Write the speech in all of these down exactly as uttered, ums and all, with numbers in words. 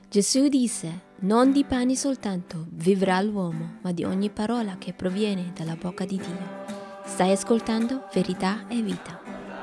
Gesù disse: non di pane soltanto vivrà l'uomo, ma di ogni parola che proviene dalla bocca di Dio. Stai ascoltando Verità e Vita.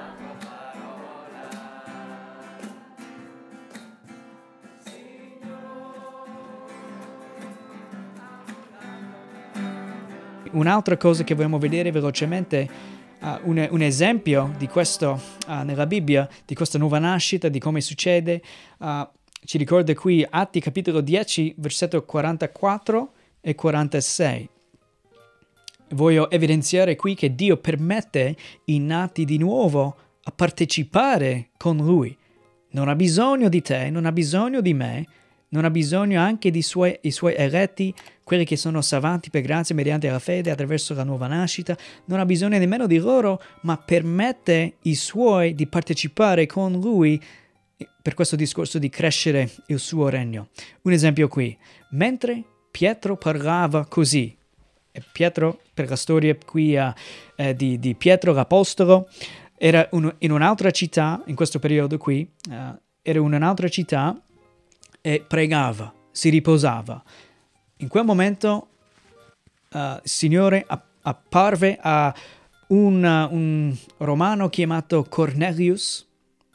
Un'altra cosa che vogliamo vedere velocemente, uh, un, un esempio di questo uh, nella Bibbia, di questa nuova nascita, di come succede, uh, ci ricorda qui Atti capitolo dieci, versetto quarantaquattro e quarantasei. Voglio evidenziare qui che Dio permette i nati di nuovo a partecipare con Lui. Non ha bisogno di te, non ha bisogno di me, non ha bisogno anche di suoi, i suoi eletti, quelli che sono salvati per grazia mediante la fede attraverso la nuova nascita, non ha bisogno nemmeno di loro, ma permette i suoi di partecipare con Lui per questo discorso di crescere il suo regno. Un esempio qui. Mentre Pietro parlava così, e Pietro, per la storia qui uh, eh, di, di Pietro l'Apostolo, era un, in un'altra città, in questo periodo qui, uh, era in un'altra città e pregava, si riposava. In quel momento uh, il Signore apparve a un, uh, un romano chiamato Cornelius,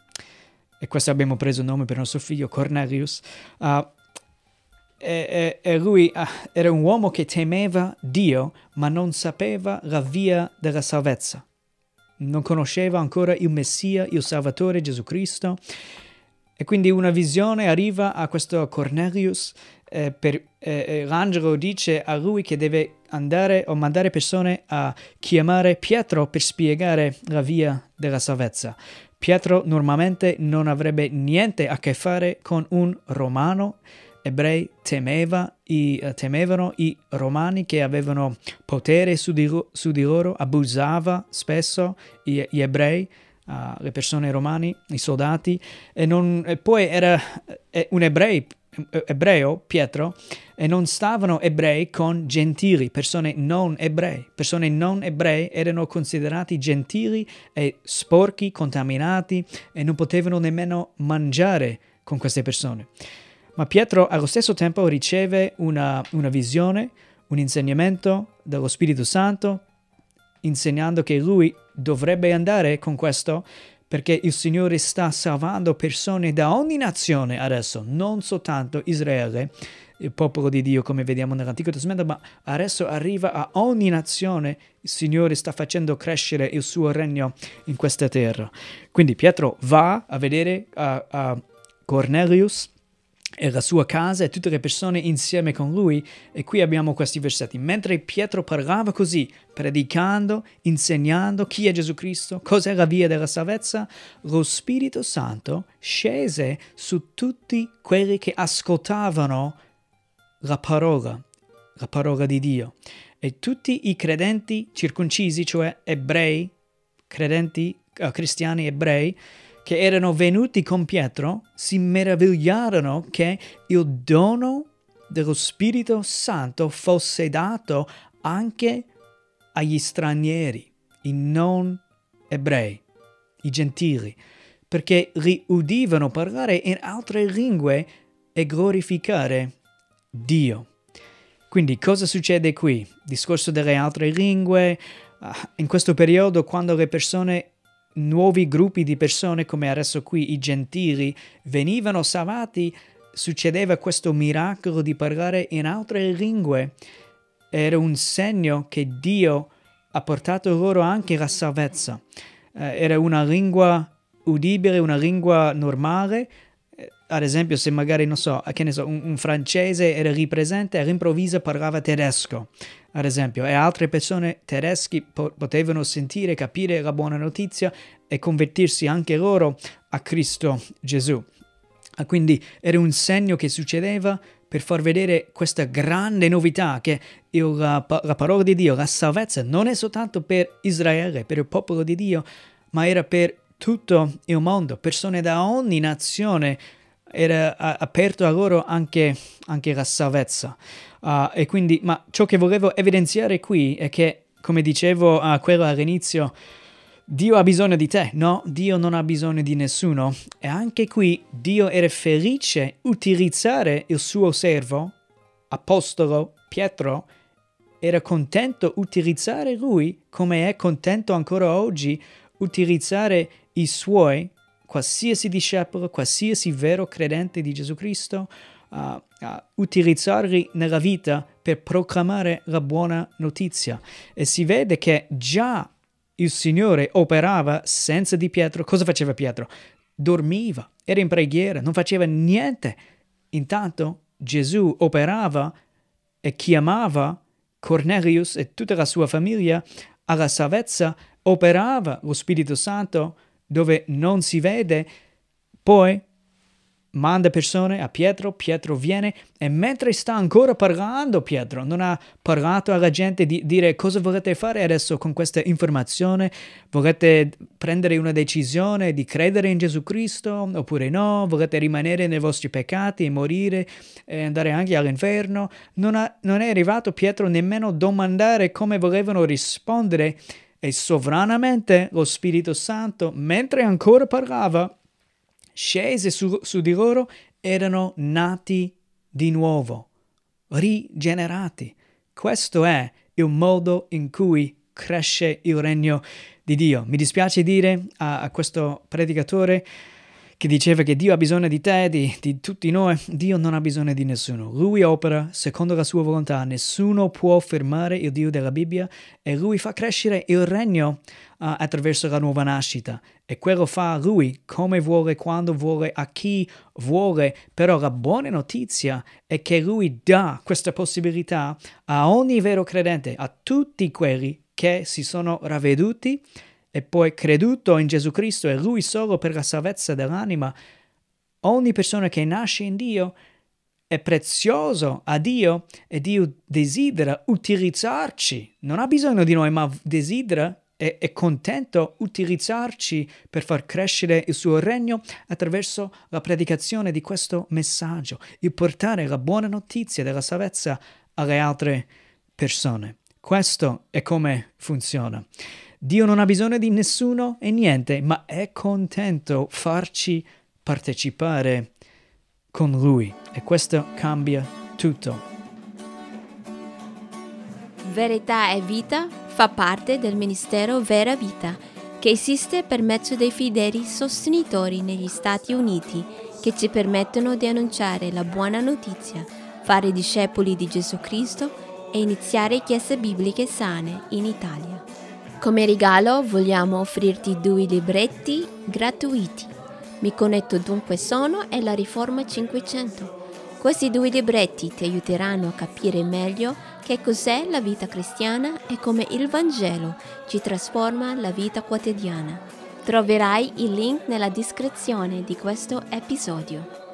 e questo abbiamo preso il nome per nostro figlio, Cornelius, uh, e, e, e lui uh, era un uomo che temeva Dio, ma non sapeva la via della salvezza. Non conosceva ancora il Messia, il Salvatore Gesù Cristo. E quindi una visione arriva a questo Cornelius, eh, per, eh, l'angelo dice a lui che deve andare o mandare persone a chiamare Pietro per spiegare la via della salvezza. Pietro normalmente non avrebbe niente a che fare con un romano. Ebrei temeva, i, uh, temevano i romani che avevano potere su di, su di loro, abusava spesso gli, gli ebrei, uh, le persone romane, i soldati, e, non, e poi era eh, un ebrei, ebreo, Pietro, e non stavano ebrei con gentili, persone non ebrei. Persone non ebrei erano considerati gentili e sporchi, contaminati, e non potevano nemmeno mangiare con queste persone. Ma Pietro allo stesso tempo riceve una, una visione, un insegnamento dello Spirito Santo, insegnando che lui dovrebbe andare con questo perché il Signore sta salvando persone da ogni nazione adesso, non soltanto Israele, il popolo di Dio come vediamo nell'Antico Testamento, ma adesso arriva a ogni nazione. Il Signore sta facendo crescere il suo regno in questa terra. Quindi Pietro va a vedere a, a Cornelius e la sua casa e tutte le persone insieme con lui, e qui abbiamo questi versetti. Mentre Pietro parlava così, predicando, insegnando chi è Gesù Cristo, cos'è la via della salvezza, lo Spirito Santo scese su tutti quelli che ascoltavano la parola, la parola di Dio. E tutti i credenti circoncisi, cioè ebrei, credenti, uh, cristiani ebrei, che erano venuti con Pietro, si meravigliarono che il dono dello Spirito Santo fosse dato anche agli stranieri, i non ebrei, i gentili, perché li udivano parlare in altre lingue e glorificare Dio. Quindi cosa succede qui? Discorso delle altre lingue. In questo periodo, quando le persone, nuovi gruppi di persone come adesso qui i gentili venivano salvati, succedeva questo miracolo di parlare in altre lingue. Era un segno che Dio ha portato loro anche la salvezza. Eh, era una lingua udibile, una lingua normale. Eh, ad esempio, se magari, non so, che ne so, un, un francese era lì presente e all'improvviso parlava tedesco, ad esempio, e altre persone tedeschi po- potevano sentire, capire la buona notizia e convertirsi anche loro a Cristo Gesù. Ah, quindi era un segno che succedeva per far vedere questa grande novità, che il, la, la parola di Dio, la salvezza, non è soltanto per Israele, per il popolo di Dio, ma era per tutto il mondo, persone da ogni nazione. Era uh, aperto a loro anche, anche la salvezza. Uh, e quindi, ma ciò che volevo evidenziare qui è che, come dicevo uh, quello all'inizio Dio ha bisogno di te. No, Dio non ha bisogno di nessuno. E anche qui Dio era felice utilizzare il suo servo, apostolo Pietro, era contento utilizzare lui, come è contento ancora oggi utilizzare i suoi, qualsiasi discepolo, qualsiasi vero credente di Gesù Cristo, uh, uh, utilizzarli nella vita per proclamare la buona notizia. E si vede che già il Signore operava senza di Pietro. Cosa faceva Pietro? Dormiva, era in preghiera, non faceva niente. Intanto Gesù operava e chiamava Cornelius e tutta la sua famiglia alla salvezza, operava lo Spirito Santo dove non si vede, poi manda persone a Pietro, Pietro viene e mentre sta ancora parlando Pietro, non ha parlato alla gente di dire cosa volete fare adesso con questa informazione, volete prendere una decisione di credere in Gesù Cristo oppure no, volete rimanere nei vostri peccati e morire e andare anche all'inferno. Non, ha, non è arrivato Pietro nemmeno a domandare come volevano rispondere e sovranamente lo Spirito Santo, mentre ancora parlava, scese su, su di loro, erano nati di nuovo, rigenerati. Questo è il modo in cui cresce il regno di Dio. Mi dispiace dire a, a questo predicatore che diceva che Dio ha bisogno di te, di, di tutti noi. Dio non ha bisogno di nessuno. Lui opera secondo la sua volontà. Nessuno può fermare il Dio della Bibbia e Lui fa crescere il regno uh, attraverso la nuova nascita. E quello fa Lui come vuole, quando vuole, a chi vuole. Però la buona notizia è che Lui dà questa possibilità a ogni vero credente, a tutti quelli che si sono ravveduti e poi creduto in Gesù Cristo e Lui solo per la salvezza dell'anima. Ogni persona che nasce in Dio è prezioso a Dio e Dio desidera utilizzarci. Non ha bisogno di noi, ma desidera e è contento utilizzarci per far crescere il suo regno attraverso la predicazione di questo messaggio, il portare la buona notizia della salvezza alle altre persone. Questo è come funziona. Dio non ha bisogno di nessuno e niente, ma è contento farci partecipare con Lui e questo cambia tutto. Verità e Vita fa parte del ministero Vera Vita, che esiste per mezzo dei fedeli sostenitori negli Stati Uniti che ci permettono di annunciare la buona notizia, fare discepoli di Gesù Cristo e iniziare chiese bibliche sane in Italia. Come regalo vogliamo offrirti due libretti gratuiti. Mi connetto dunque sono e la Riforma cinquecento. Questi due libretti ti aiuteranno a capire meglio che cos'è la vita cristiana e come il Vangelo ci trasforma la vita quotidiana. Troverai il link nella descrizione di questo episodio.